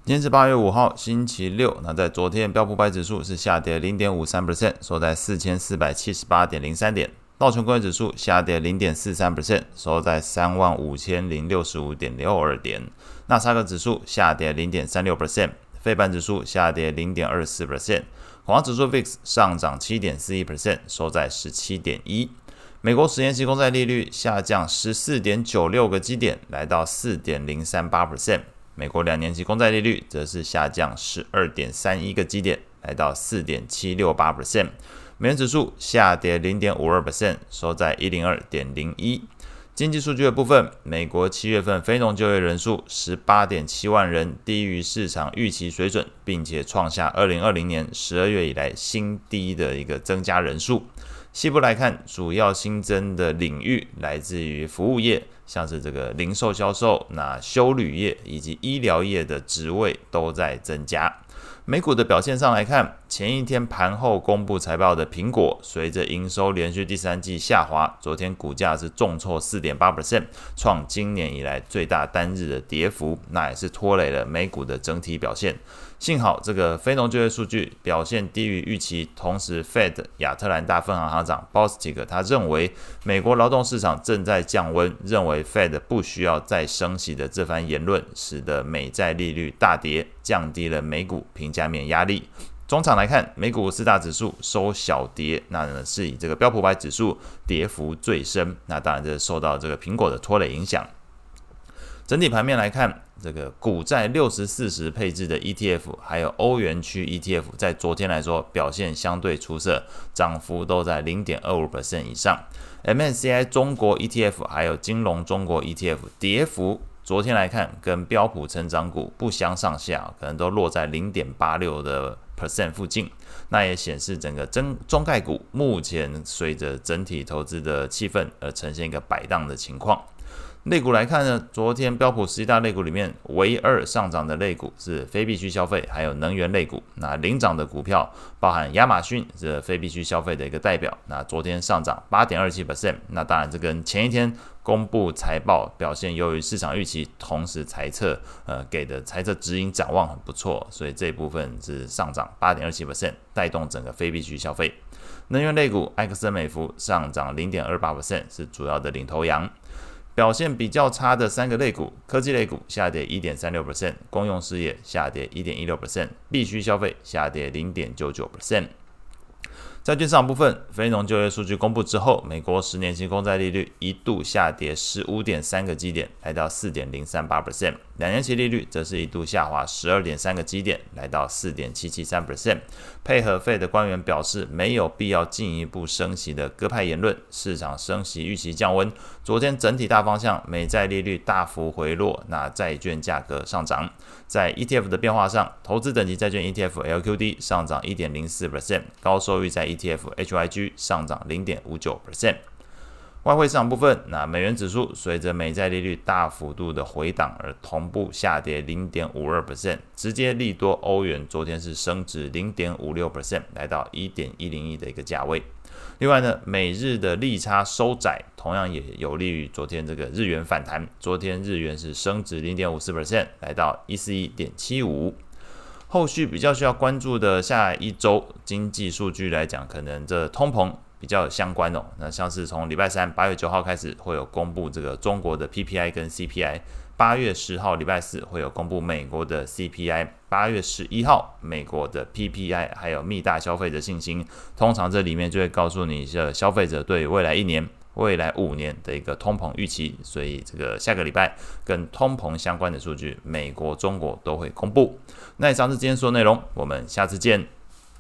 今天是8月5号，星期六。那在昨天，标普500指数是下跌 0.53%， 收在 4478.03 点。道琼工业指数下跌 0.43%， 收在 35,065.62 点。纳斯达克指数下跌 0.36%， 费半指数下跌 0.24%， 恐慌指数 VIX 上涨 7.41%， 收在 17.1。美国10年期公债利率下降 14.96 个基点，来到 4.038%。美国2年期公债利率则是下降 12.31 个基点，来到 4.768%。美元指数下跌 0.52%， 收在 102.01。经济数据的部分，美国7月份非农就业人数 18.7 万人，低于市场预期水准，并且创下2020年12月以来新低的一个增加人数。西部来看，主要新增的领域来自于服务业，像是这个零售销售、休旅业以及医疗业的职位都在增加。美股的表现上来看，前一天盘后公布财报的苹果，随着营收连续第3季下滑，昨天股价是重挫 4.8%， 创今年以来最大单日的跌幅，那也是拖累了美股的整体表现。幸好这个非农就业数据表现低于预期，同时 Fed 亚特兰大分行行长 Bostic 他认为美国劳动市场正在降温，认为 Fed 不需要再升息的这番言论，使得美债利率大跌，降低了美股评价面压力。中场来看，美股4大指数收小跌，那是以这个标普500指数跌幅最深，那当然这受到这个苹果的拖累影响。整体盘面来看，这个股债60-40配置的 ETF 还有欧元区 ETF 在昨天来说表现相对出色，涨幅都在 0.25% 以上。MSCI 中国 ETF 还有金融中国 ETF 跌幅昨天来看跟标普成长股不相上下，可能都落在 0.86% 附近。那也显示整个中概股目前随着整体投资的气氛而呈现一个摆荡的情况。类股来看呢，昨天标普11大类股里面唯2上涨的类股是非必需消费还有能源类股。那领涨的股票包含亚马逊，是非必需消费的一个代表，那昨天上涨 8.27%。 那当然这跟前一天公布财报表现优于市场预期，同时财测给的财测指引展望很不错，所以这一部分是上涨 8.27%， 带动整个非必需消费。能源类股埃克森美孚上涨 0.28%， 是主要的领头羊。表现比较差的3个类股，科技类股下跌 1.36%， 公用事业下跌 1.16%， 必需消费下跌 0.99%。债券市场部分，非农就业数据公布之后，美国10年期公债利率一度下跌 15.3 个基点，来到 4.038%， 2年期利率则是一度下滑 12.3 个基点，来到 4.773%。 配合 Fed 的官员表示没有必要进一步升息的鸽派言论，市场升息预期降温。昨天整体大方向，美债利率大幅回落，那债券价格上涨。在 ETF 的变化上，投资等级债券 ETF LQD 上涨 1.04%， 高收益债 ETF HYG 上涨 0.59%。外汇市场部分，那美元指数随着美债利率大幅度的回档而同步下跌 0.52%， 直接利多欧元昨天是升值 0.56%， 来到 1.101 的一个价位。另外呢，美日的利差收窄，同样也有利于昨天这个日元反弹。昨天日元是升值 0.54%， 来到 141.75。后续比较需要关注的下一周经济数据来讲，可能这通膨比较相关哦。那像是从礼拜3 8月9号开始会有公布这个中国的 PPI 跟 CPI， 8月10号礼拜4会有公布美国的 CPI， 8月11号美国的 PPI， 还有密大消费者信心。通常这里面就会告诉你消费者对未来1年、未来5年的一个通膨预期，所以这个下个礼拜跟通膨相关的数据，美国、中国都会公布。那以上是今天所有内容，我们下次见。